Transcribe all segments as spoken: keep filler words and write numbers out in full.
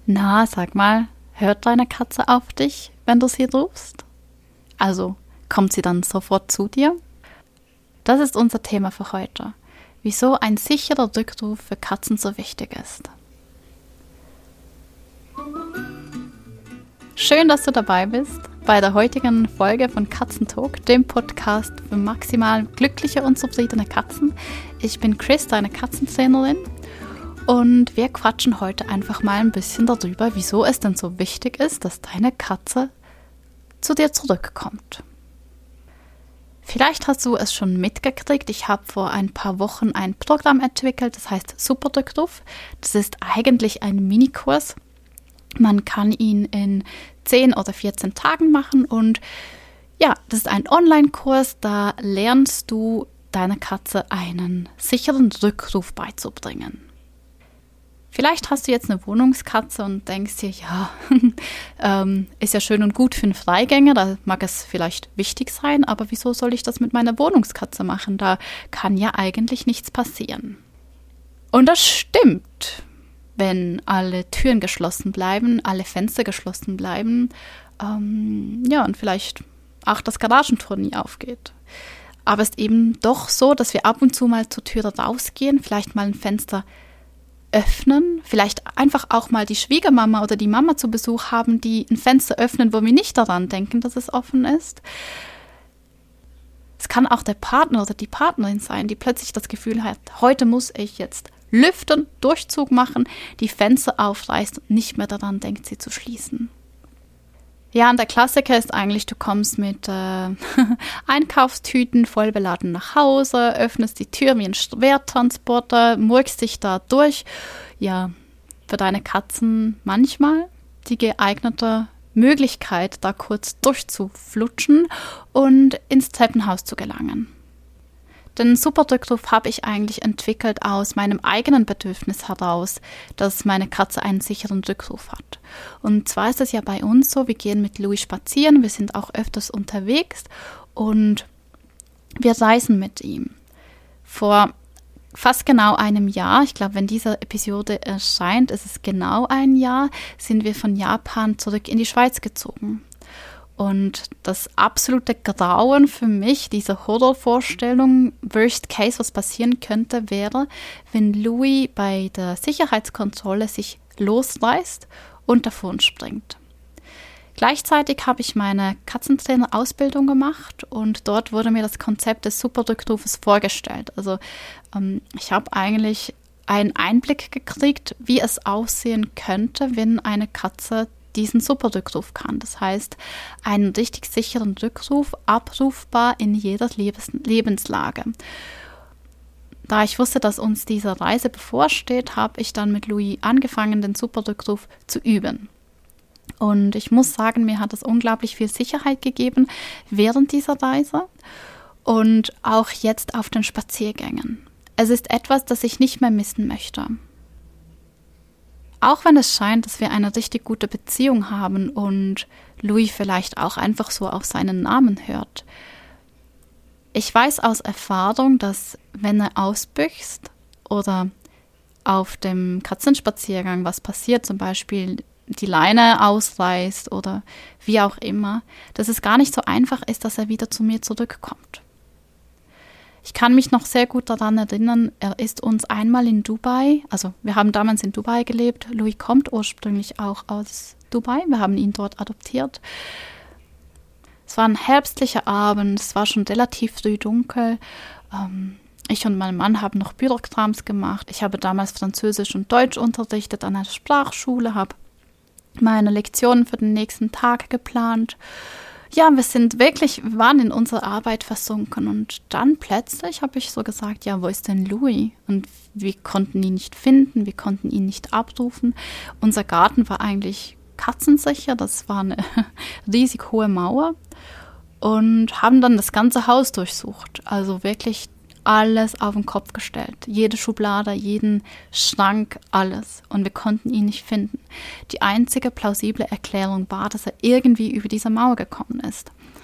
Na, sag mal, hört deine Katze auf dich, wenn du sie rufst? Also, kommt sie dann sofort zu dir? Das ist unser Thema für heute. Wieso ein sicherer Rückruf für Katzen so wichtig ist. Schön, dass du dabei bist bei der heutigen Folge von Katzentalk, dem Podcast für maximal glückliche und zufriedene Katzen. Ich bin Chris, deine Katzentrainerin. Und wir quatschen heute einfach mal ein bisschen darüber, wieso es denn so wichtig ist, dass deine Katze zu dir zurückkommt. Vielleicht hast du es schon mitgekriegt, ich habe vor ein paar Wochen ein Programm entwickelt, das heißt Super Rückruf. Das ist eigentlich ein Minikurs. Man kann ihn in zehn oder vierzehn Tagen machen und ja, das ist ein Online-Kurs, da lernst du deiner Katze einen sicheren Rückruf beizubringen. Vielleicht hast du jetzt eine Wohnungskatze und denkst dir, ja, ähm, ist ja schön und gut für einen Freigänger, da mag es vielleicht wichtig sein, aber wieso soll ich das mit meiner Wohnungskatze machen? Da kann ja eigentlich nichts passieren. Und das stimmt, wenn alle Türen geschlossen bleiben, alle Fenster geschlossen bleiben, ähm, ja, und vielleicht auch das Garagentor nie aufgeht. Aber es ist eben doch so, dass wir ab und zu mal zur Tür rausgehen, vielleicht mal ein Fenster öffnen, vielleicht einfach auch mal die Schwiegermama oder die Mama zu Besuch haben, die ein Fenster öffnen, wo wir nicht daran denken, dass es offen ist. Es kann auch der Partner oder die Partnerin sein, die plötzlich das Gefühl hat, heute muss ich jetzt lüften, Durchzug machen, die Fenster aufreißt und nicht mehr daran denkt, sie zu schließen. Ja, und der Klassiker ist eigentlich, du kommst mit äh, Einkaufstüten voll beladen nach Hause, öffnest die Tür wie ein Schwertransporter, murkst dich da durch. Ja, für deine Katzen manchmal die geeignete Möglichkeit, da kurz durchzuflutschen und ins Treppenhaus zu gelangen. Den Super Rückruf habe ich eigentlich entwickelt aus meinem eigenen Bedürfnis heraus, dass meine Katze einen sicheren Rückruf hat. Und zwar ist es ja bei uns so, wir gehen mit Louis spazieren, wir sind auch öfters unterwegs und wir reisen mit ihm. Vor fast genau einem Jahr, ich glaube, wenn diese Episode erscheint, ist es genau ein Jahr, sind wir von Japan zurück in die Schweiz gezogen. Und das absolute Grauen für mich, diese Horrorvorstellung, Worst Case, was passieren könnte, wäre, wenn Louis bei der Sicherheitskontrolle sich losreißt und davon springt. Gleichzeitig habe ich meine Katzentrainer-Ausbildung gemacht und dort wurde mir das Konzept des Super-Rückrufes vorgestellt. Also ähm, ich habe eigentlich einen Einblick gekriegt, wie es aussehen könnte, wenn eine Katze diesen Super-Rückruf kann. Das heißt, einen richtig sicheren Rückruf, abrufbar in jeder Lebens- Lebenslage. Da ich wusste, dass uns diese Reise bevorsteht, habe ich dann mit Louis angefangen, den Super-Rückruf zu üben. Und ich muss sagen, mir hat es unglaublich viel Sicherheit gegeben während dieser Reise und auch jetzt auf den Spaziergängen. Es ist etwas, das ich nicht mehr missen möchte. Auch wenn es scheint, dass wir eine richtig gute Beziehung haben und Louis vielleicht auch einfach so auf seinen Namen hört. Ich weiß aus Erfahrung, dass wenn er ausbüchst oder auf dem Katzenspaziergang was passiert, zum Beispiel die Leine ausreißt oder wie auch immer, dass es gar nicht so einfach ist, dass er wieder zu mir zurückkommt. Ich kann mich noch sehr gut daran erinnern, er ist uns einmal in Dubai, also wir haben damals in Dubai gelebt, Louis kommt ursprünglich auch aus Dubai, wir haben ihn dort adoptiert. Es war ein herbstlicher Abend, es war schon relativ früh dunkel. Ähm, ich und mein Mann haben noch Bürokrams gemacht. Ich habe damals Französisch und Deutsch unterrichtet an einer Sprachschule, habe meine Lektionen für den nächsten Tag geplant. Ja, wir sind wirklich, wir waren in unserer Arbeit versunken und dann plötzlich habe ich so gesagt, ja, wo ist denn Louis? Und wir konnten ihn nicht finden, wir konnten ihn nicht abrufen. Unser Garten war eigentlich katzensicher, das war eine riesig hohe Mauer und haben dann das ganze Haus durchsucht. Also wirklich alles auf den Kopf gestellt. Jede Schublade, jeden Schrank, alles. Und wir konnten ihn nicht finden. Die einzige plausible Erklärung war, dass er irgendwie über diese Mauer gekommen ist.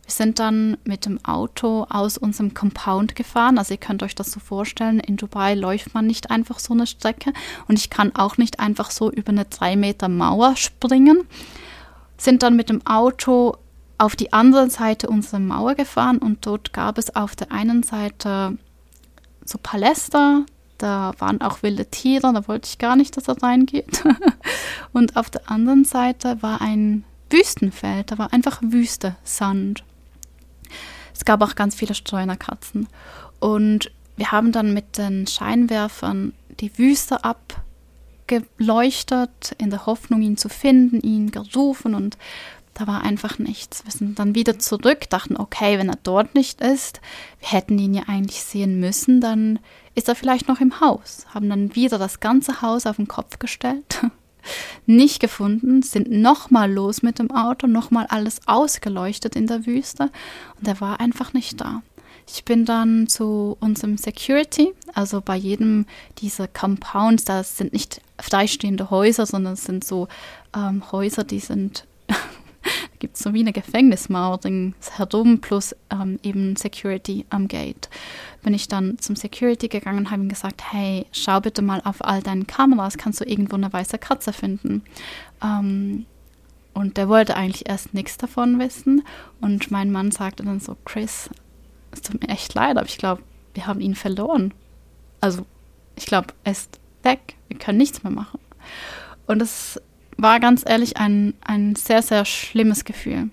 Wir sind dann mit dem Auto aus unserem Compound gefahren. Also ihr könnt euch das so vorstellen, in Dubai läuft man nicht einfach so eine Strecke und ich kann auch nicht einfach so über eine drei Meter Mauer springen. Sind dann mit dem Auto auf die andere Seite unserer Mauer gefahren und dort gab es auf der einen Seite so Paläste, da waren auch wilde Tiere, da wollte ich gar nicht, dass er reingeht. Und auf der anderen Seite war ein Wüstenfeld, da war einfach Wüste, Sand. Es gab auch ganz viele Streunerkatzen. Und wir haben dann mit den Scheinwerfern die Wüste abgeleuchtet, in der Hoffnung, ihn zu finden, ihn gerufen und da war einfach nichts. Wir sind dann wieder zurück, dachten, okay, wenn er dort nicht ist, wir hätten ihn ja eigentlich sehen müssen, dann ist er vielleicht noch im Haus. Haben dann wieder das ganze Haus auf den Kopf gestellt, nicht gefunden, sind nochmal los mit dem Auto, nochmal alles ausgeleuchtet in der Wüste und er war einfach nicht da. Ich bin dann zu unserem Security, also bei jedem dieser Compounds, das sind nicht freistehende Häuser, sondern es sind so ähm, Häuser, die sind... Da gibt es so wie eine Gefängnismauer herum plus ähm, eben Security am Gate. Bin ich dann zum Security gegangen und habe ihm gesagt, hey, schau bitte mal auf all deinen Kameras, kannst du irgendwo eine weiße Katze finden? Ähm, und der wollte eigentlich erst nichts davon wissen. Und mein Mann sagte dann so, Chris, es tut mir echt leid, aber ich glaube, wir haben ihn verloren. Also ich glaube, er ist weg, wir können nichts mehr machen. Und das war ganz ehrlich ein, ein sehr, sehr schlimmes Gefühl.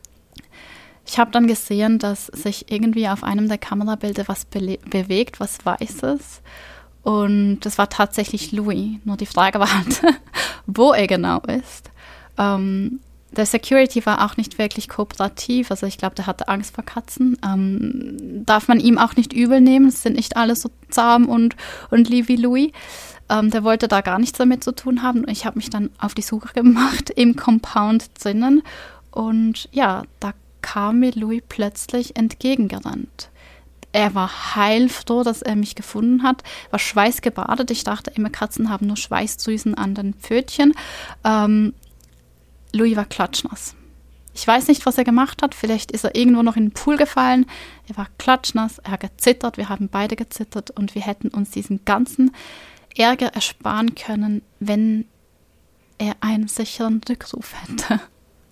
Ich habe dann gesehen, dass sich irgendwie auf einem der Kamerabilder was be- bewegt, was Weißes. Und das war tatsächlich Louis. Nur die Frage war halt, wo er genau ist. Ähm, der Security war auch nicht wirklich kooperativ. Also ich glaube, der hatte Angst vor Katzen. Ähm, darf man ihm auch nicht übel nehmen. Es sind nicht alle so zahm und, und lieb wie Louis. Ähm, der wollte da gar nichts damit zu tun haben. Ich habe mich dann auf die Suche gemacht im Compound drinnen. Und ja, da kam mir Louis plötzlich entgegengerannt. Er war heilfroh, dass er mich gefunden hat, war schweißgebadet. Ich dachte immer, Katzen haben nur Schweißdrüsen an den Pfötchen. Ähm, Louis war klatschnass. Ich weiß nicht, was er gemacht hat. Vielleicht ist er irgendwo noch in den Pool gefallen. Er war klatschnass, er hat gezittert. Wir haben beide gezittert und wir hätten uns diesen ganzen Ärger ersparen können, wenn er einen sicheren Rückruf hätte.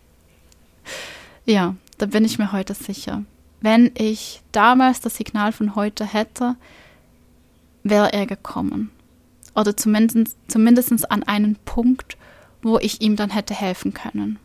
Ja, da bin ich mir heute sicher. Wenn ich damals das Signal von heute hätte, wäre er gekommen. Oder zumindest, zumindest an einen Punkt, wo ich ihm dann hätte helfen können.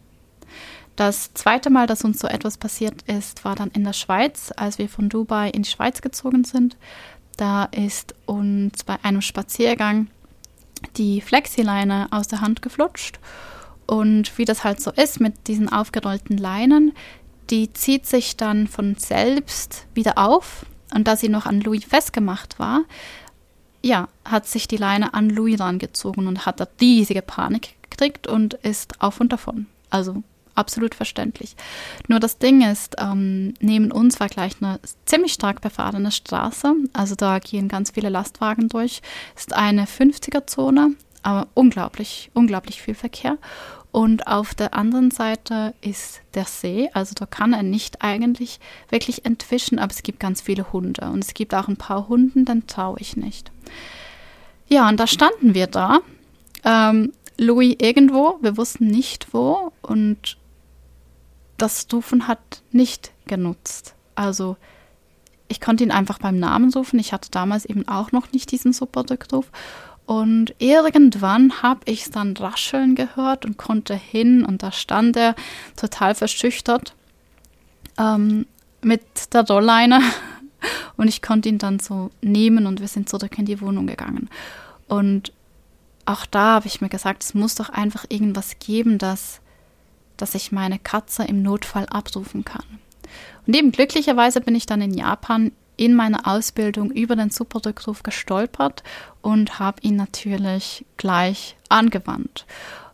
Das zweite Mal, dass uns so etwas passiert ist, war dann in der Schweiz, als wir von Dubai in die Schweiz gezogen sind. Da ist uns bei einem Spaziergang die Flexileine aus der Hand geflutscht. Und wie das halt so ist mit diesen aufgerollten Leinen, die zieht sich dann von selbst wieder auf. Und da sie noch an Louis festgemacht war, ja, hat sich die Leine an Louis rangezogen und hat da riesige Panik gekriegt und ist auf und davon. Also absolut verständlich. Nur das Ding ist, ähm, neben uns war gleich eine ziemlich stark befahrene Straße. Also da gehen ganz viele Lastwagen durch. Ist eine fünfziger-Zone, aber unglaublich, unglaublich viel Verkehr. Und auf der anderen Seite ist der See. Also da kann er nicht eigentlich wirklich entwischen, aber es gibt ganz viele Hunde. Und es gibt auch ein paar Hunden, dann traue ich nicht. Ja, und da standen wir da. Ähm, Louis irgendwo, wir wussten nicht wo. Und das Rufen hat nicht genutzt. Also ich konnte ihn einfach beim Namen rufen. Ich hatte damals eben auch noch nicht diesen super Rückruf. Und irgendwann habe ich es dann rascheln gehört und konnte hin. Und da stand er total verschüchtert ähm, mit der Rollleine. Und ich konnte ihn dann so nehmen und wir sind zurück in die Wohnung gegangen. Und auch da habe ich mir gesagt, es muss doch einfach irgendwas geben, dass dass ich meine Katze im Notfall abrufen kann. Und eben glücklicherweise bin ich dann in Japan in meiner Ausbildung über den Super-Rückruf gestolpert und habe ihn natürlich gleich angewandt.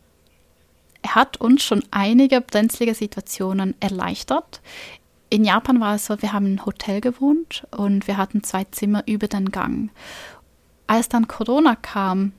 Er hat uns schon einige brenzlige Situationen erleichtert. In Japan war es so, wir haben in einem Hotel gewohnt und wir hatten zwei Zimmer über den Gang. Als dann Corona kam,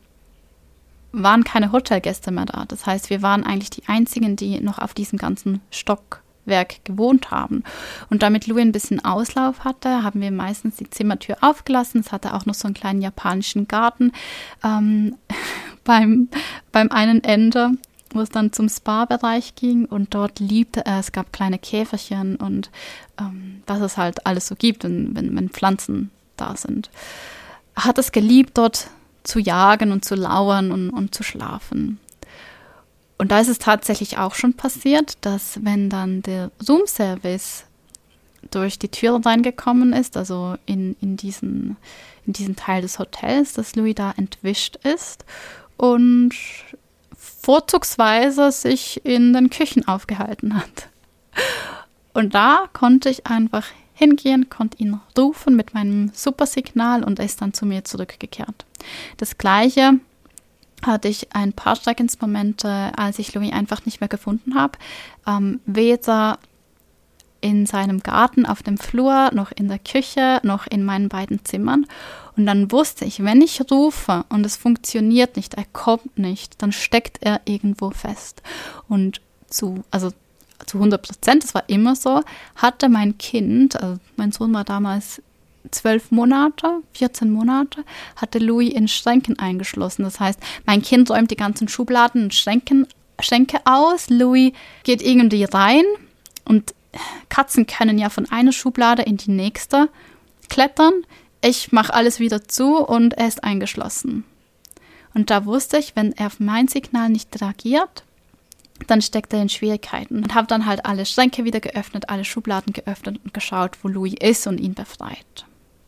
waren keine Hotelgäste mehr da. Das heißt, wir waren eigentlich die Einzigen, die noch auf diesem ganzen Stock Stockwerk gewohnt haben. Und damit Louis ein bisschen Auslauf hatte, haben wir meistens die Zimmertür aufgelassen. Es hatte auch noch so einen kleinen japanischen Garten ähm, beim, beim einen Ende, wo es dann zum Spa-Bereich ging, und dort liebte er, es gab kleine Käferchen und ähm, was es halt alles so gibt, wenn, wenn, wenn Pflanzen da sind. Er hat es geliebt, dort zu jagen und zu lauern und, und zu schlafen. Und da ist es tatsächlich auch schon passiert, dass wenn dann der Roomservice durch die Tür reingekommen ist, also in, in, diesen, in diesen Teil des Hotels, dass Louis da entwischt ist und vorzugsweise sich in den Küchen aufgehalten hat. Und da konnte ich einfach hingehen, konnte ihn rufen mit meinem Supersignal und er ist dann zu mir zurückgekehrt. Das Gleiche hatte ich ein paar Schreckensmomente, als ich Louis einfach nicht mehr gefunden habe. Ähm, weder in seinem Garten auf dem Flur, noch in der Küche, noch in meinen beiden Zimmern. Und dann wusste ich, wenn ich rufe und es funktioniert nicht, er kommt nicht, dann steckt er irgendwo fest. Und zu, also zu hundert Prozent, das war immer so, hatte mein Kind, also mein Sohn war damals zwölf Monate, vierzehn Monate, hatte Louis in Schränken eingeschlossen. Das heißt, mein Kind räumt die ganzen Schubladen und Schränken, Schränke aus, Louis geht irgendwie rein und Katzen können ja von einer Schublade in die nächste klettern. Ich mache alles wieder zu und er ist eingeschlossen. Und da wusste ich, wenn er auf mein Signal nicht reagiert, dann steckt er in Schwierigkeiten. Und habe dann halt alle Schränke wieder geöffnet, alle Schubladen geöffnet und geschaut, wo Louis ist und ihn befreit.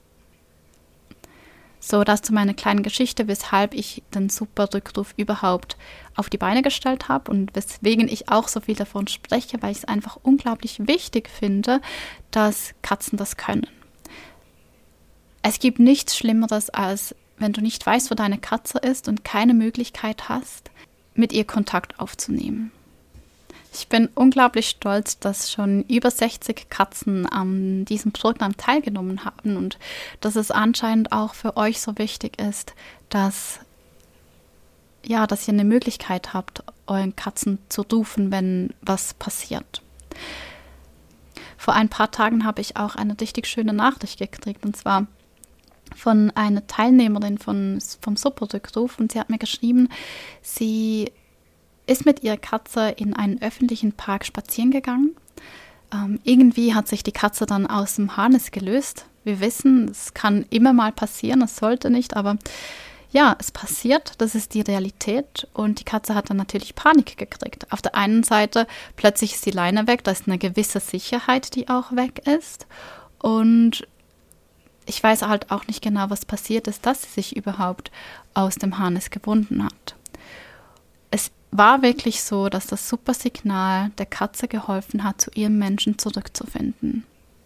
So, das zu meiner kleinen Geschichte, weshalb ich den Super-Rückruf überhaupt auf die Beine gestellt habe und weswegen ich auch so viel davon spreche, weil ich es einfach unglaublich wichtig finde, dass Katzen das können. Es gibt nichts Schlimmeres, als wenn du nicht weißt, wo deine Katze ist und keine Möglichkeit hast, mit ihr Kontakt aufzunehmen. Ich bin unglaublich stolz, dass schon über sechzig Katzen an diesem Programm teilgenommen haben und dass es anscheinend auch für euch so wichtig ist, dass, ja, dass ihr eine Möglichkeit habt, euren Katzen zu rufen, wenn was passiert. Vor ein paar Tagen habe ich auch eine richtig schöne Nachricht gekriegt, und zwar von einer Teilnehmerin von, vom Super-Rückruf, und sie hat mir geschrieben, sie ist mit ihrer Katze in einen öffentlichen Park spazieren gegangen. Ähm, irgendwie hat sich die Katze dann aus dem Harness gelöst. Wir wissen, es kann immer mal passieren, es sollte nicht, aber ja, es passiert, das ist die Realität, und die Katze hat dann natürlich Panik gekriegt. Auf der einen Seite, plötzlich ist die Leine weg, da ist eine gewisse Sicherheit, die auch weg ist, und ich weiß halt auch nicht genau, was passiert ist, dass sie sich überhaupt aus dem Harness gewunden hat. Es war wirklich so, dass das Supersignal der Katze geholfen hat, zu ihrem Menschen zurückzufinden.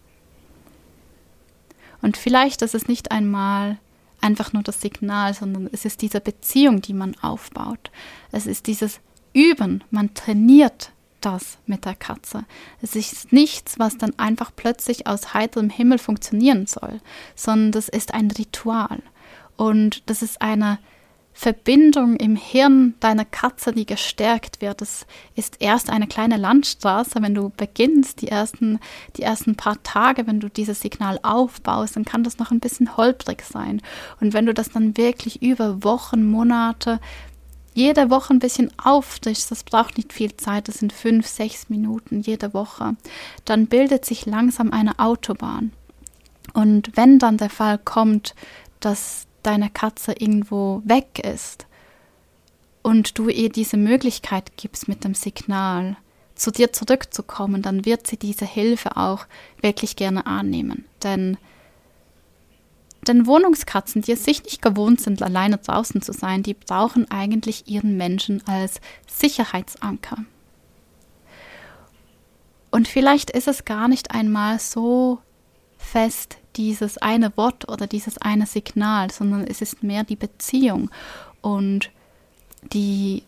Und vielleicht ist es nicht einmal einfach nur das Signal, sondern es ist diese Beziehung, die man aufbaut. Es ist dieses Üben, man trainiert das mit der Katze. Es ist nichts, was dann einfach plötzlich aus heiterem Himmel funktionieren soll, sondern das ist ein Ritual. Und das ist eine Verbindung im Hirn deiner Katze, die gestärkt wird. Das ist erst eine kleine Landstraße, wenn du beginnst, die ersten, die ersten paar Tage, wenn du dieses Signal aufbaust, dann kann das noch ein bisschen holprig sein. Und wenn du das dann wirklich über Wochen, Monate, jede Woche ein bisschen auffrischst, das braucht nicht viel Zeit, das sind fünf, sechs Minuten jede Woche, dann bildet sich langsam eine Autobahn. Und wenn dann der Fall kommt, dass deine Katze irgendwo weg ist und du ihr diese Möglichkeit gibst, mit dem Signal zu dir zurückzukommen, dann wird sie diese Hilfe auch wirklich gerne annehmen. Denn, denn Wohnungskatzen, die es sich nicht gewohnt sind, alleine draußen zu sein, die brauchen eigentlich ihren Menschen als Sicherheitsanker. Und vielleicht ist es gar nicht einmal so fest, dieses eine Wort oder dieses eine Signal, sondern es ist mehr die Beziehung und die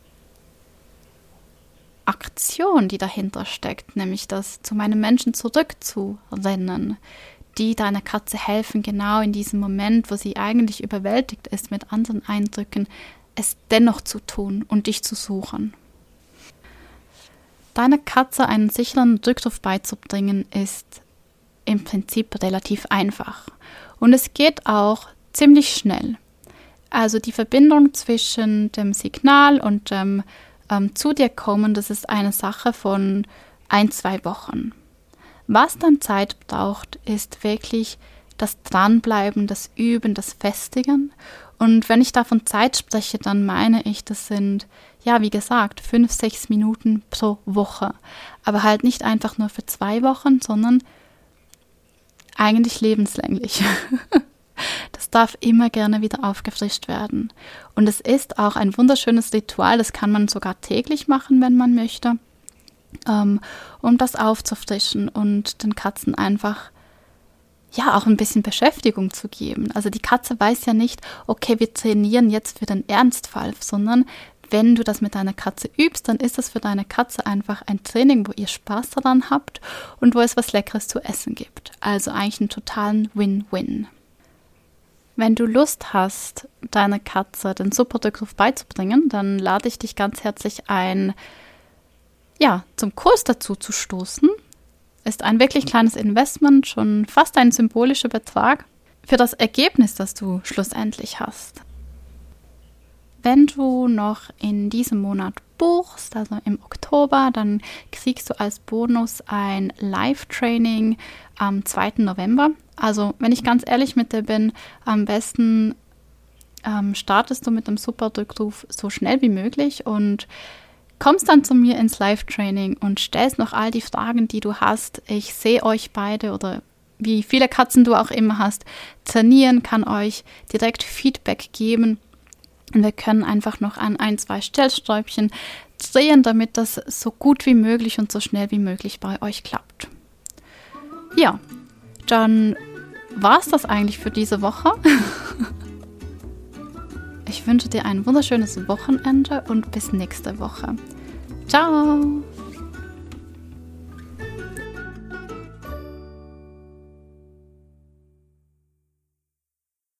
Aktion, die dahinter steckt, nämlich das zu meinem Menschen zurückzurennen, die deiner Katze helfen, genau in diesem Moment, wo sie eigentlich überwältigt ist mit anderen Eindrücken, es dennoch zu tun und dich zu suchen. Deiner Katze einen sicheren Rückruf beizubringen, ist im Prinzip relativ einfach. Und es geht auch ziemlich schnell. Also die Verbindung zwischen dem Signal und dem ähm, zu dir kommen, das ist eine Sache von ein, zwei Wochen. Was dann Zeit braucht, ist wirklich das Dranbleiben, das Üben, das Festigen. Und wenn ich da von Zeit spreche, dann meine ich, das sind, ja, wie gesagt, fünf, sechs Minuten pro Woche. Aber halt nicht einfach nur für zwei Wochen, sondern eigentlich lebenslänglich. Das darf immer gerne wieder aufgefrischt werden. Und es ist auch ein wunderschönes Ritual, das kann man sogar täglich machen, wenn man möchte, ähm, um das aufzufrischen und den Katzen einfach ja auch ein bisschen Beschäftigung zu geben. Also die Katze weiß ja nicht, okay, wir trainieren jetzt für den Ernstfall, sondern wenn du das mit deiner Katze übst, dann ist das für deine Katze einfach ein Training, wo ihr Spaß daran habt und wo es was Leckeres zu essen gibt. Also eigentlich einen totalen Win-Win. Wenn du Lust hast, deiner Katze den Superdrückruf beizubringen, dann lade ich dich ganz herzlich ein, ja, zum Kurs dazu zu stoßen. Ist ein wirklich kleines Investment, schon fast ein symbolischer Betrag für das Ergebnis, das du schlussendlich hast. Wenn du noch in diesem Monat buchst, also im Oktober, dann kriegst du als Bonus ein Live-Training am zweiten November. Also, wenn ich ganz ehrlich mit dir bin, am besten ähm, startest du mit dem Superdrückruf so schnell wie möglich und kommst dann zu mir ins Live-Training und stellst noch all die Fragen, die du hast. Ich sehe euch beide oder wie viele Katzen du auch immer hast, trainieren, kann euch direkt Feedback geben. Und wir können einfach noch an ein, zwei Stellschräubchen drehen, damit das so gut wie möglich und so schnell wie möglich bei euch klappt. Ja, dann war es das eigentlich für diese Woche. Ich wünsche dir ein wunderschönes Wochenende und bis nächste Woche. Ciao!